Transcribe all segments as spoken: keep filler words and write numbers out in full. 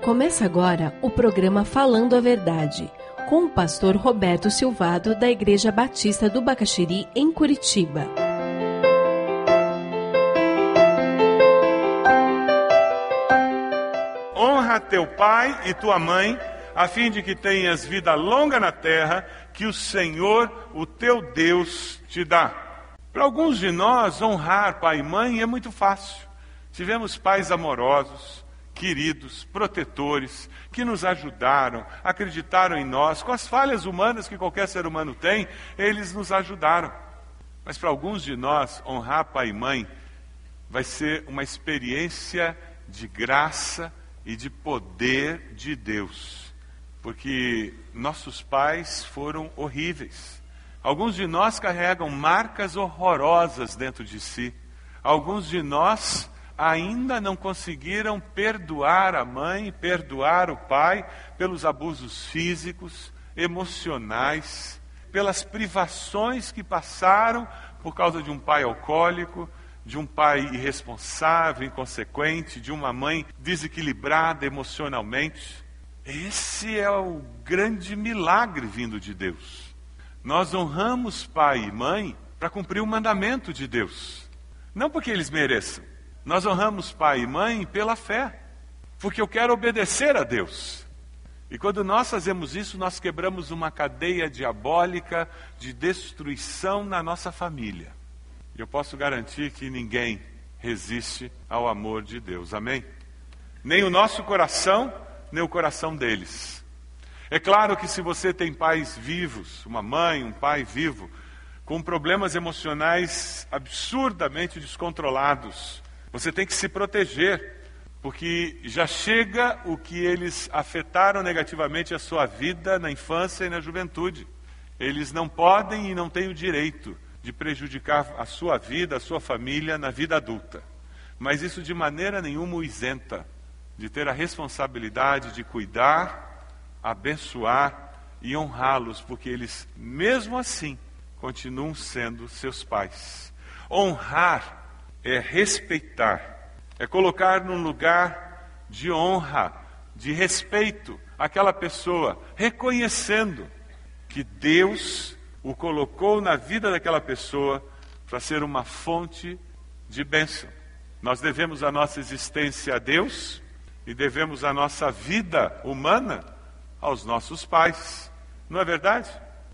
Começa agora o programa Falando a Verdade, com o pastor Roberto Silvado, da Igreja Batista do Bacaxiri, em Curitiba. Honra teu pai e tua mãe, a fim de que tenhas vida longa na terra, que o Senhor, o teu Deus, te dá. Para alguns de nós, honrar pai e mãe é muito fácil. Tivemos pais amorosos, queridos, protetores, que nos ajudaram, acreditaram em nós. Com as falhas humanas que qualquer ser humano tem, eles nos ajudaram. Mas para alguns de nós, honrar pai e mãe vai ser uma experiência de graça e de poder de Deus. Porque nossos pais foram horríveis. Alguns de nós carregam marcas horrorosas dentro de si. Alguns de nós ainda não conseguiram perdoar a mãe, perdoar o pai pelos abusos físicos, emocionais, pelas privações que passaram por causa de um pai alcoólico, de um pai irresponsável, inconsequente, de uma mãe desequilibrada emocionalmente. Esse é o grande milagre vindo de Deus. Nós honramos pai e mãe para cumprir o mandamento de Deus, não porque eles mereçam. Nós honramos pai e mãe pela fé, porque eu quero obedecer a Deus. E quando nós fazemos isso, nós quebramos uma cadeia diabólica de destruição na nossa família. E eu posso garantir que ninguém resiste ao amor de Deus, amém? Nem o nosso coração, nem o coração deles. É claro que se você tem pais vivos, uma mãe, um pai vivo, com problemas emocionais absurdamente descontrolados, você tem que se proteger, porque já chega o que eles afetaram negativamente a sua vida na infância e na juventude. Eles não podem e não têm o direito de prejudicar a sua vida, a sua família na vida adulta. Mas isso de maneira nenhuma o isenta de ter a responsabilidade de cuidar, abençoar e honrá-los, porque eles, mesmo assim, continuam sendo seus pais. Honrar é respeitar, é colocar num lugar de honra, de respeito aquela pessoa, reconhecendo que Deus o colocou na vida daquela pessoa para ser uma fonte de bênção. Nós devemos a nossa existência a Deus e devemos a nossa vida humana aos nossos pais. Não é verdade?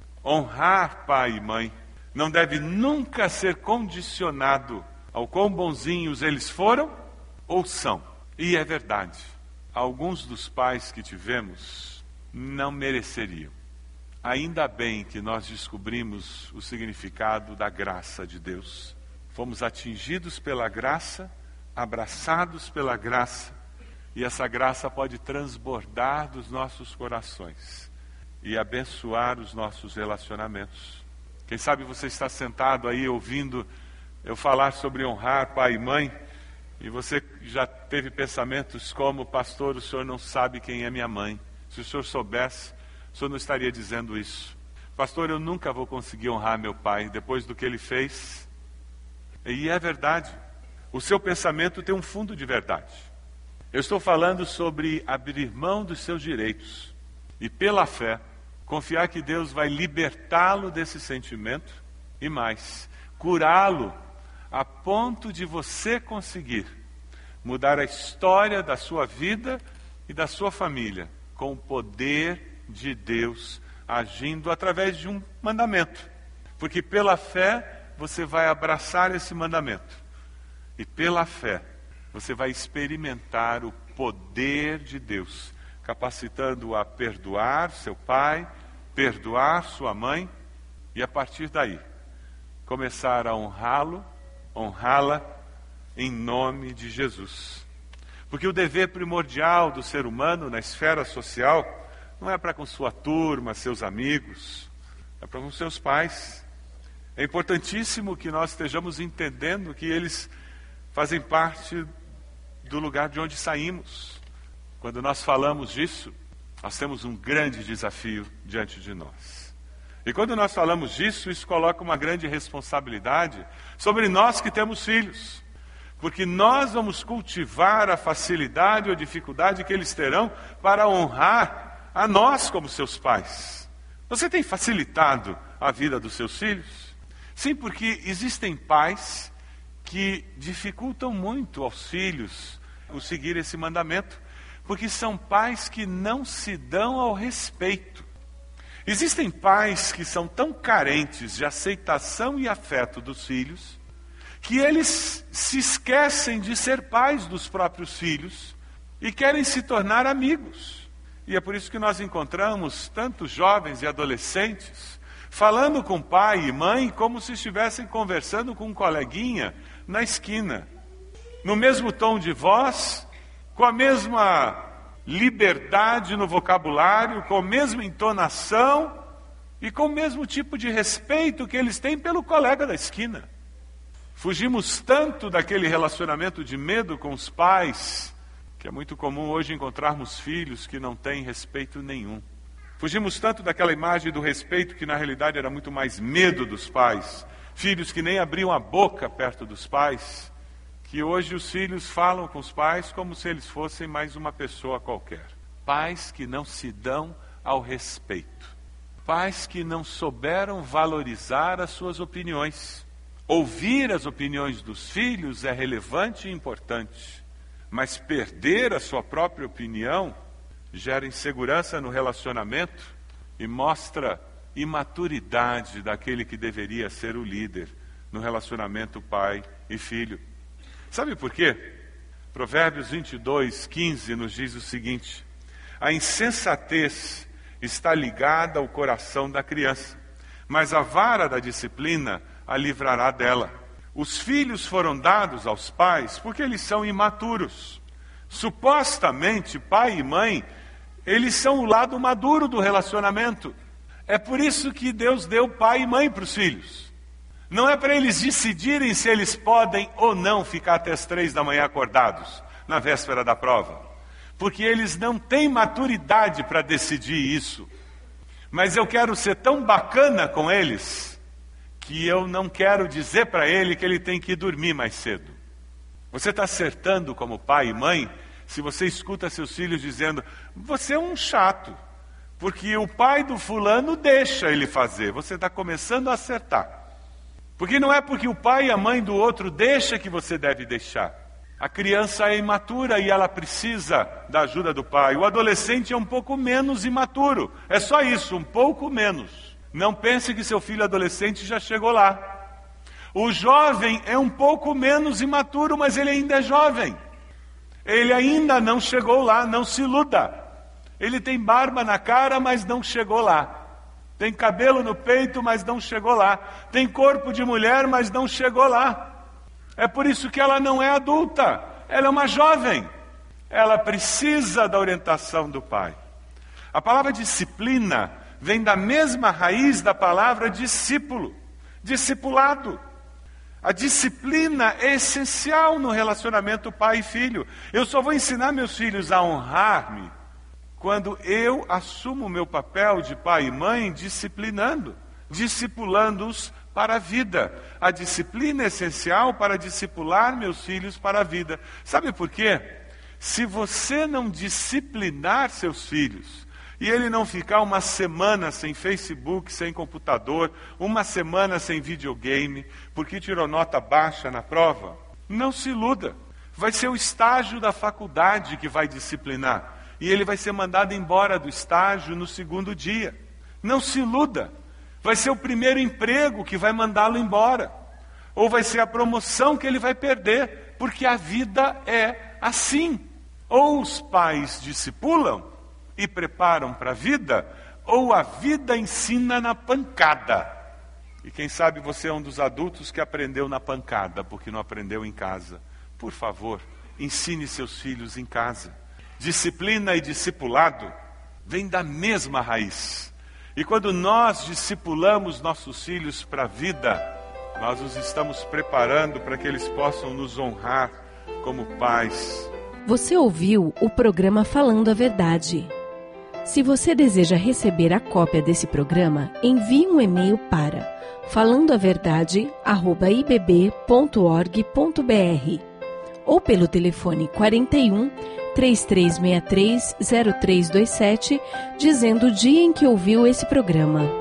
Honrar pai e mãe não deve nunca ser condicionado ao quão bonzinhos eles foram ou são. E é verdade, alguns dos pais que tivemos não mereceriam. Ainda bem que nós descobrimos o significado da graça de Deus. Fomos atingidos pela graça, abraçados pela graça, e essa graça pode transbordar dos nossos corações e abençoar os nossos relacionamentos. Quem sabe você está sentado aí ouvindo eu falar sobre honrar pai e mãe, e você já teve pensamentos como: pastor, o senhor não sabe quem é minha mãe. Se o senhor soubesse, o senhor não estaria dizendo isso. Pastor, eu nunca vou conseguir honrar meu pai depois do que ele fez. E é verdade, o seu pensamento tem um fundo de verdade. Eu estou falando sobre abrir mão dos seus direitos e, pela fé, confiar que Deus vai libertá-lo desse sentimento e mais, curá-lo a ponto de você conseguir mudar a história da sua vida e da sua família com o poder de Deus agindo através de um mandamento. Porque pela fé você vai abraçar esse mandamento. E pela fé você vai experimentar o poder de Deus, capacitando-o a perdoar seu pai, perdoar sua mãe e a partir daí começar a honrá-lo, honrá-la em nome de Jesus. Porque o dever primordial do ser humano na esfera social não é para com sua turma, seus amigos, é para com seus pais. É importantíssimo que nós estejamos entendendo que eles fazem parte do lugar de onde saímos. Quando nós falamos disso, nós temos um grande desafio diante de nós. E quando nós falamos disso, isso coloca uma grande responsabilidade sobre nós que temos filhos. porque nós vamos cultivar a facilidade ou dificuldade que eles terão para honrar a nós como seus pais. Você tem facilitado a vida dos seus filhos? Sim, porque existem pais que dificultam muito aos filhos o seguir esse mandamento, porque são pais que não se dão ao respeito. Existem pais que são tão carentes de aceitação e afeto dos filhos, que eles se esquecem de ser pais dos próprios filhos e querem se tornar amigos. E é por isso que nós encontramos tantos jovens e adolescentes falando com pai e mãe como se estivessem conversando com um coleguinha na esquina, no mesmo tom de voz, com a mesma liberdade no vocabulário, com a mesma entonação e com o mesmo tipo de respeito que eles têm pelo colega da esquina. Fugimos tanto daquele relacionamento de medo com os pais, que é muito comum hoje encontrarmos filhos que não têm respeito nenhum. Fugimos tanto daquela imagem do respeito que na realidade era muito mais medo dos pais. Filhos que nem abriam a boca perto dos pais, que hoje os filhos falam com os pais como se eles fossem mais uma pessoa qualquer. Pais que não se dão ao respeito. Pais que não souberam valorizar as suas opiniões. Ouvir as opiniões dos filhos é relevante e importante, mas perder a sua própria opinião gera insegurança no relacionamento e mostra imaturidade daquele que deveria ser o líder no relacionamento pai e filho. Sabe por quê? Provérbios vinte e dois, quinze nos diz o seguinte: a insensatez está ligada ao coração da criança, mas a vara da disciplina a livrará dela. Os filhos foram dados aos pais porque eles são imaturos. Supostamente, pai e mãe, eles são o lado maduro do relacionamento. É por isso que Deus deu pai e mãe para os filhos. Não é para eles decidirem se eles podem ou não ficar até as três da manhã acordados, na véspera da prova. Porque eles não têm maturidade para decidir isso. Mas eu quero ser tão bacana com eles, que eu não quero dizer para ele que ele tem que dormir mais cedo. Você está acertando como pai e mãe se você escuta seus filhos dizendo: você é um chato, porque o pai do fulano deixa ele fazer. Você está começando a acertar. Porque não é porque o pai e a mãe do outro deixam que você deve deixar. A criança é imatura e ela precisa da ajuda do pai. O adolescente é um pouco menos imaturo. É só isso, um pouco menos. Não pense que seu filho adolescente já chegou lá. O jovem é um pouco menos imaturo, mas ele ainda é jovem. Ele ainda não chegou lá, não se iluda. Ele tem barba na cara, mas não chegou lá. Tem cabelo no peito, mas não chegou lá. Tem corpo de mulher, mas não chegou lá. É por isso que ela não é adulta. Ela é uma jovem. Ela precisa da orientação do pai. A palavra disciplina vem da mesma raiz da palavra discípulo, discipulado. A disciplina é essencial no relacionamento pai e filho. Eu só vou ensinar meus filhos a honrar-me quando eu assumo o meu papel de pai e mãe disciplinando, discipulando-os para a vida. A disciplina é essencial para discipular meus filhos para a vida. Sabe por quê? Se você não disciplinar seus filhos, e ele não ficar uma semana sem Facebook, sem computador, uma semana sem videogame, porque tirou nota baixa na prova, não se iluda. Vai ser o estágio da faculdade que vai disciplinar. E ele vai ser mandado embora do estágio no segundo dia. Não se iluda. Vai ser o primeiro emprego que vai mandá-lo embora. Ou vai ser a promoção que ele vai perder, porque a vida é assim. Ou os pais discipulam e preparam para a vida, ou a vida ensina na pancada. E quem sabe você é um dos adultos que aprendeu na pancada, porque não aprendeu em casa. Por favor, ensine seus filhos em casa. Disciplina e discipulado vêm da mesma raiz. E quando nós discipulamos nossos filhos para a vida, nós os estamos preparando para que eles possam nos honrar como pais. Você ouviu o programa Falando a Verdade. Se você deseja receber a cópia desse programa, envie um e-mail para falando a verdade arroba i b b ponto org ponto b r. ou pelo telefone quarenta e um, três três seis três, zero três dois sete, dizendo o dia em que ouviu esse programa.